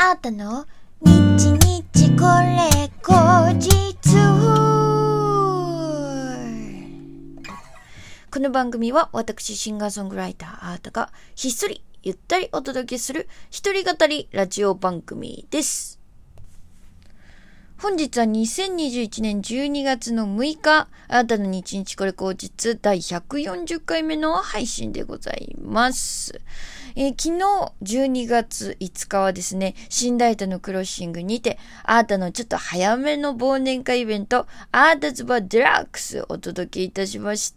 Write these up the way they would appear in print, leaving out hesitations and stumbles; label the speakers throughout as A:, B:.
A: あーたの日日これ後日。この番組は私シンガーソングライターあーたがひっそりゆったりお届けする一人語りラジオ番組です。本日は2021年12月の6日、あなたの日日これ後日第140回目の配信でございます。昨日12月5日はですね、新大田のクロッシングにて、あなたのちょっと早めの忘年会イベント、あなたズバデラックスお届けいたしました。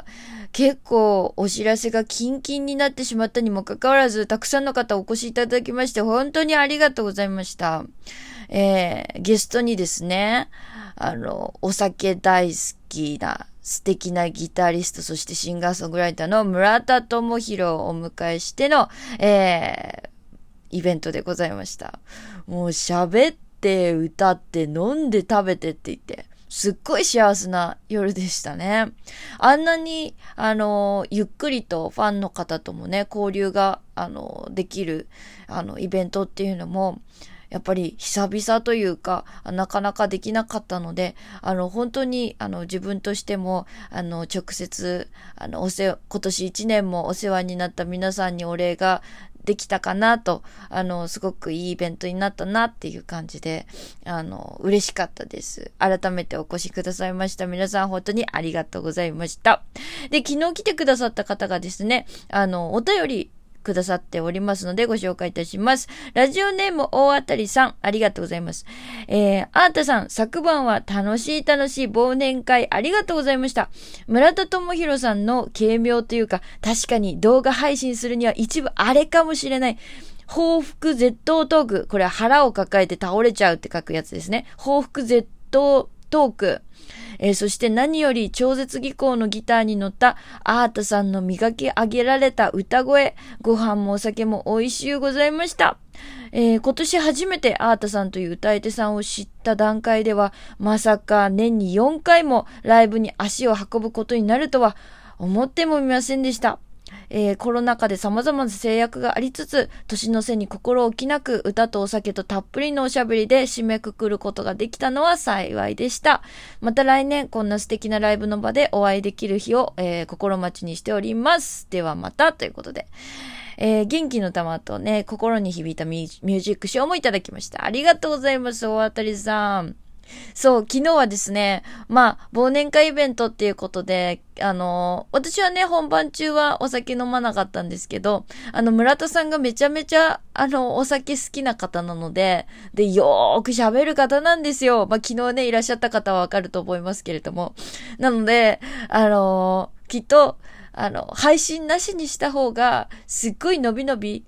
A: 結構お知らせがキンキンになってしまったにもかかわらず、たくさんの方お越しいただきまして、本当にありがとうございました。ゲストにですね、お酒大好きな素敵なギタリスト、そしてシンガーソングライターの村田智弘をお迎えしての、イベントでございました。もう喋って歌って飲んで食べてって言って、すっごい幸せな夜でしたね。あんなに、ゆっくりとファンの方ともね、交流が、できる、イベントっていうのも、やっぱり久々というか、なかなかできなかったので、本当に、自分としても、直接、今年1年もお世話になった皆さんにお礼ができたかなと、すごくいいイベントになったなっていう感じで、嬉しかったです。改めてお越しくださいました皆さん、本当にありがとうございました。で、昨日来てくださった方がですね、お便りくださっておりますのでご紹介いたします。ラジオネーム大当たりさん、ありがとうございます。あーたさん、昨晩は楽しい忘年会ありがとうございました。村田智弘さんの軽妙というか、確かに動画配信するには一部あれかもしれない。報復絶倒トーク。これは腹を抱えて倒れちゃうって書くやつですね。報復絶倒トーク。そして何より超絶技巧のギターに乗ったあーたさんの磨き上げられた歌声、ご飯もお酒も美味しゅうございました。今年初めてあーたさんという歌い手さんを知った段階では、まさか年に4回もライブに足を運ぶことになるとは思ってもみませんでした。コロナ禍で様々な制約がありつつ、年の瀬に心置きなく歌とお酒とたっぷりのおしゃべりで締めくくることができたのは幸いでした。また来年こんな素敵なライブの場でお会いできる日を、心待ちにしております。ではまたということで、元気の玉とね、心に響いたミュージック賞もいただきました。ありがとうございます、大当たりさん。そう、昨日はですね、忘年会イベントっていうことで、私はね、本番中はお酒飲まなかったんですけど、村田さんがめちゃめちゃ、お酒好きな方なので、で、よーく喋る方なんですよ。昨日ね、いらっしゃった方はわかると思いますけれども。なので、きっと、配信なしにした方が、すっごいのびのび、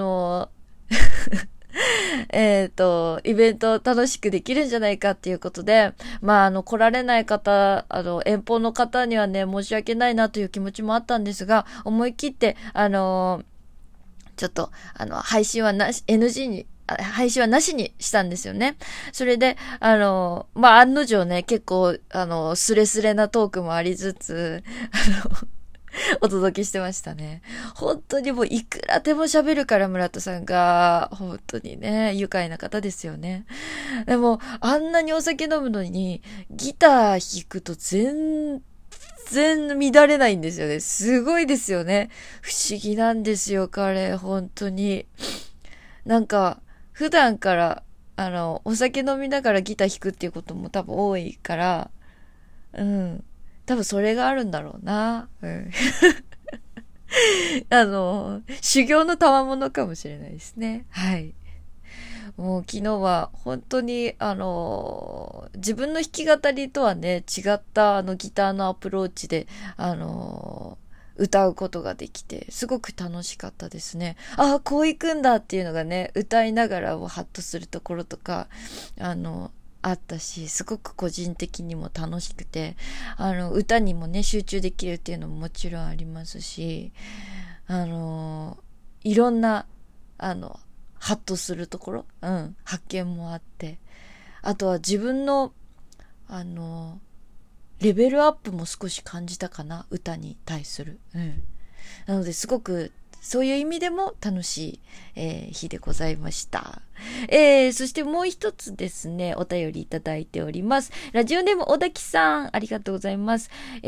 A: イベント楽しくできるんじゃないかっていうことで、来られない方、遠方の方にはね、申し訳ないなという気持ちもあったんですが、思い切って、ちょっと、配信はなしにしたんですよね。それで、案の定ね、結構、スレスレなトークもありつつ、お届けしてましたね。本当にもういくらでも喋るから村田さんが、本当にね、愉快な方ですよね。でも、あんなにお酒飲むのに、ギター弾くと全然乱れないんですよね。すごいですよね。不思議なんですよ、彼。本当に。なんか、普段から、お酒飲みながらギター弾くっていうことも多分多いから、うん。多分それがあるんだろうな。うん、修行の賜物かもしれないですね。はい。もう昨日は本当に自分の弾き語りとはね、違ったギターのアプローチで歌うことができて、すごく楽しかったですね。ああ、こう行くんだっていうのがね、歌いながらハッとするところとか、あったし、すごく個人的にも楽しくて、歌にもね、集中できるっていうのももちろんありますし、いろんな、ハッとするところ、発見もあって、あとは自分の、レベルアップも少し感じたかな、歌に対する。なので、すごくそういう意味でも楽しい、日でございました。そしてもう一つですね、お便りいただいております。ラジオネーム小滝さん、ありがとうございます。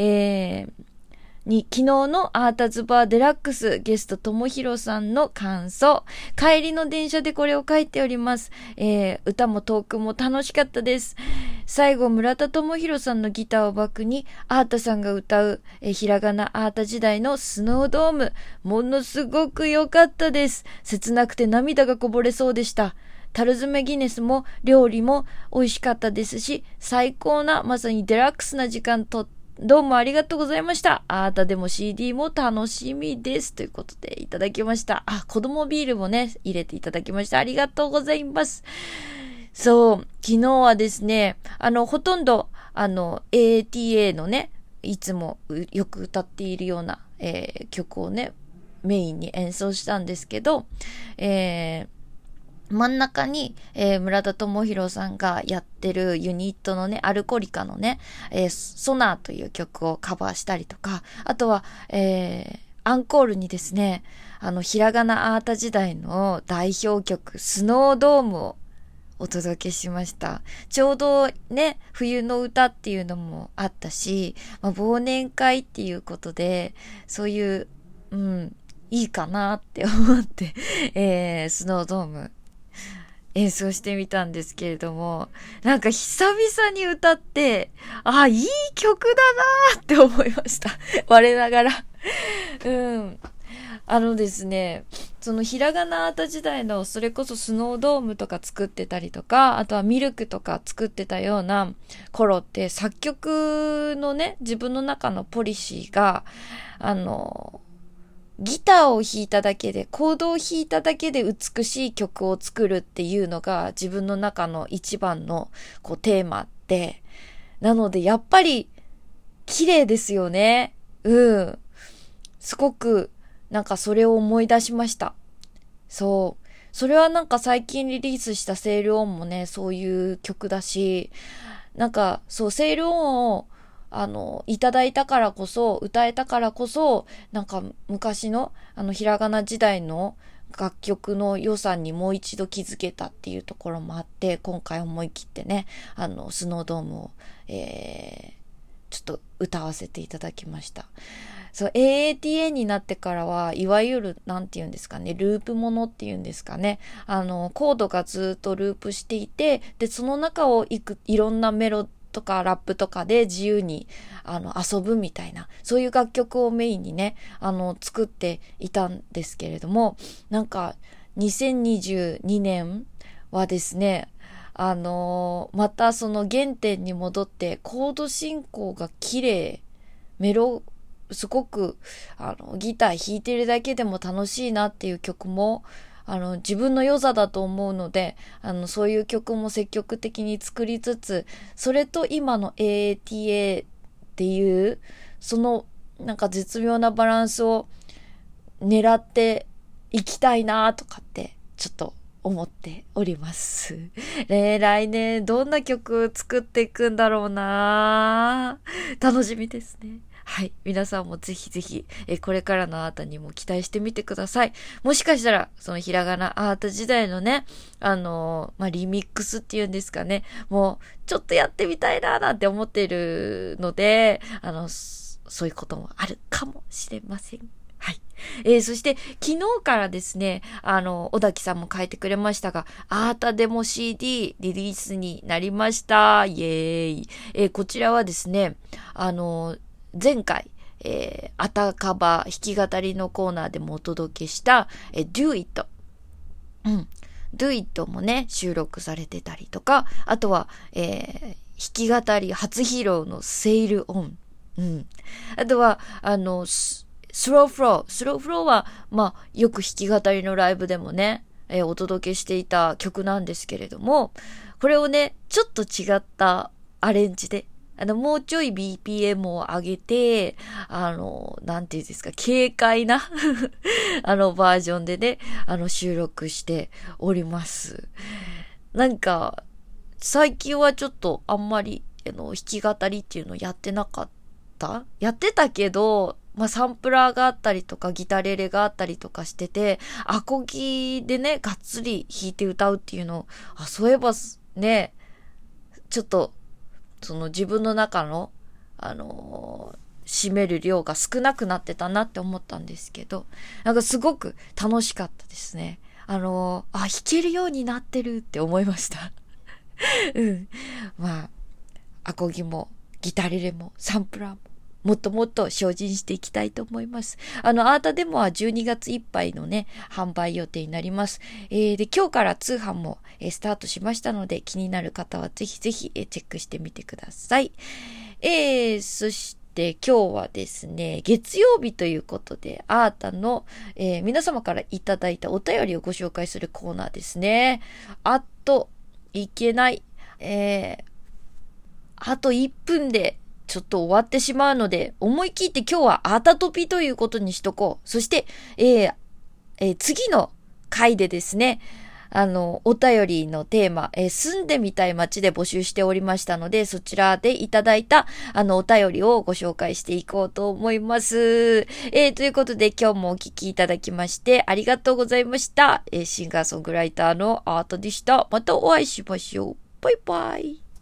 A: 昨日のアータズバーデラックスゲストともひろさんの感想。帰りの電車でこれを書いております。歌もトークも楽しかったです。最後、村田智弘さんのギターをバックに、アータさんが歌う、ひらがなアータ時代のスノードーム。ものすごく良かったです。切なくて涙がこぼれそうでした。樽詰めギネスも料理も美味しかったですし、最高な、まさにデラックスな時間と、どうもありがとうございました。あーたでも CD も楽しみです。ということでいただきました。子供ビールもね、入れていただきました。ありがとうございます。そう、昨日はですね、ほとんど、ATA のね、いつもよく歌っているような、曲をね、メインに演奏したんですけど、真ん中に、村田智弘さんがやってるユニットのね、アルコリカのね、ソナーという曲をカバーしたりとか、あとは、アンコールにですね、ひらがなアータ時代の代表曲、スノードームをお届けしました。ちょうどね、冬の歌っていうのもあったし、忘年会っていうことで、そういう、いいかなって思って、スノードーム、演奏してみたんですけれども、なんか久々に歌って、いい曲だなーって思いました。我ながら。ですね、そのひらがなアート時代のそれこそスノードームとか作ってたりとか、あとはミルクとか作ってたような頃って作曲のね、自分の中のポリシーが、ギターを弾いただけで、コードを弾いただけで美しい曲を作るっていうのが自分の中の一番のテーマで、なのでやっぱり綺麗ですよね。すごくなんかそれを思い出しました。そう。それはなんか最近リリースしたセールオンもね、そういう曲だし、なんかそう、セールオンをいただいたからこそ、歌えたからこそ、なんか昔のひらがな時代の楽曲の良さにもう一度気づけたっていうところもあって、今回思い切ってね、スノードームを、ちょっと歌わせていただきました。そう、AATA になってからは、いわゆる、なんて言うんですかね、ループものっていうんですかね。コードがずっとループしていて、で、その中をいろんなメロとかラップとかで自由に遊ぶみたいな、そういう楽曲をメインにね作っていたんですけれども、なんか2022年はですね、またその原点に戻ってコード進行が綺麗、すごくギター弾いてるだけでも楽しいなっていう曲も自分の良さだと思うので、そういう曲も積極的に作りつつ、それと今の AATA っていう、そのなんか絶妙なバランスを狙っていきたいなとかって、ちょっと思っております。来年どんな曲作っていくんだろうな、楽しみですね。はい。皆さんもぜひぜひ、これからのアートにも期待してみてください。もしかしたら、そのひらがなアート時代のね、リミックスっていうんですかね、もう、ちょっとやってみたいななんて思っているので、そういうこともあるかもしれません。はい。そして、昨日からですね、小滝さんも書いてくれましたが、アータデモ CD リリースになりました。イエーイ。こちらはですね、前回、あたかば弾き語りのコーナーでもお届けした、Do It。Do It もね、収録されてたりとか、あとは、弾き語り初披露の Sail On。あとは、スローフローは、よく弾き語りのライブでもね、お届けしていた曲なんですけれども、これをね、ちょっと違ったアレンジで、もうちょい BPM を上げて、なんていうんですか、軽快なバージョンでね、収録しております。なんか、最近はちょっとあんまり、弾き語りっていうのやってなかった？やってたけど、 サンプラーがあったりとか、ギタレレがあったりとかしてて、アコギでね、がっつり弾いて歌うっていうのを、そういえばね、ちょっと、自分の中の、占める量が少なくなってたなって思ったんですけど、なんかすごく楽しかったですね。弾けるようになってるって思いました。うん。アコギも、ギタレレも、サンプラーも、もっともっと精進していきたいと思います。アータデモは12月いっぱいのね、販売予定になります。で、今日から通販も、スタートしましたので、気になる方はぜひぜひ、チェックしてみてください。そして今日はですね、月曜日ということで、アータの、皆様からいただいたお便りをご紹介するコーナーですね。いけない。あと1分でちょっと終わってしまうので、思い切って今日はアータトピということにしとこう。そして、次の回でですね、お便りのテーマ、住んでみたい街で募集しておりましたので、そちらでいただいた、お便りをご紹介していこうと思います。ということで、今日もお聞きいただきまして、ありがとうございました。シンガーソングライターのアートでした。またお会いしましょう。バイバイ。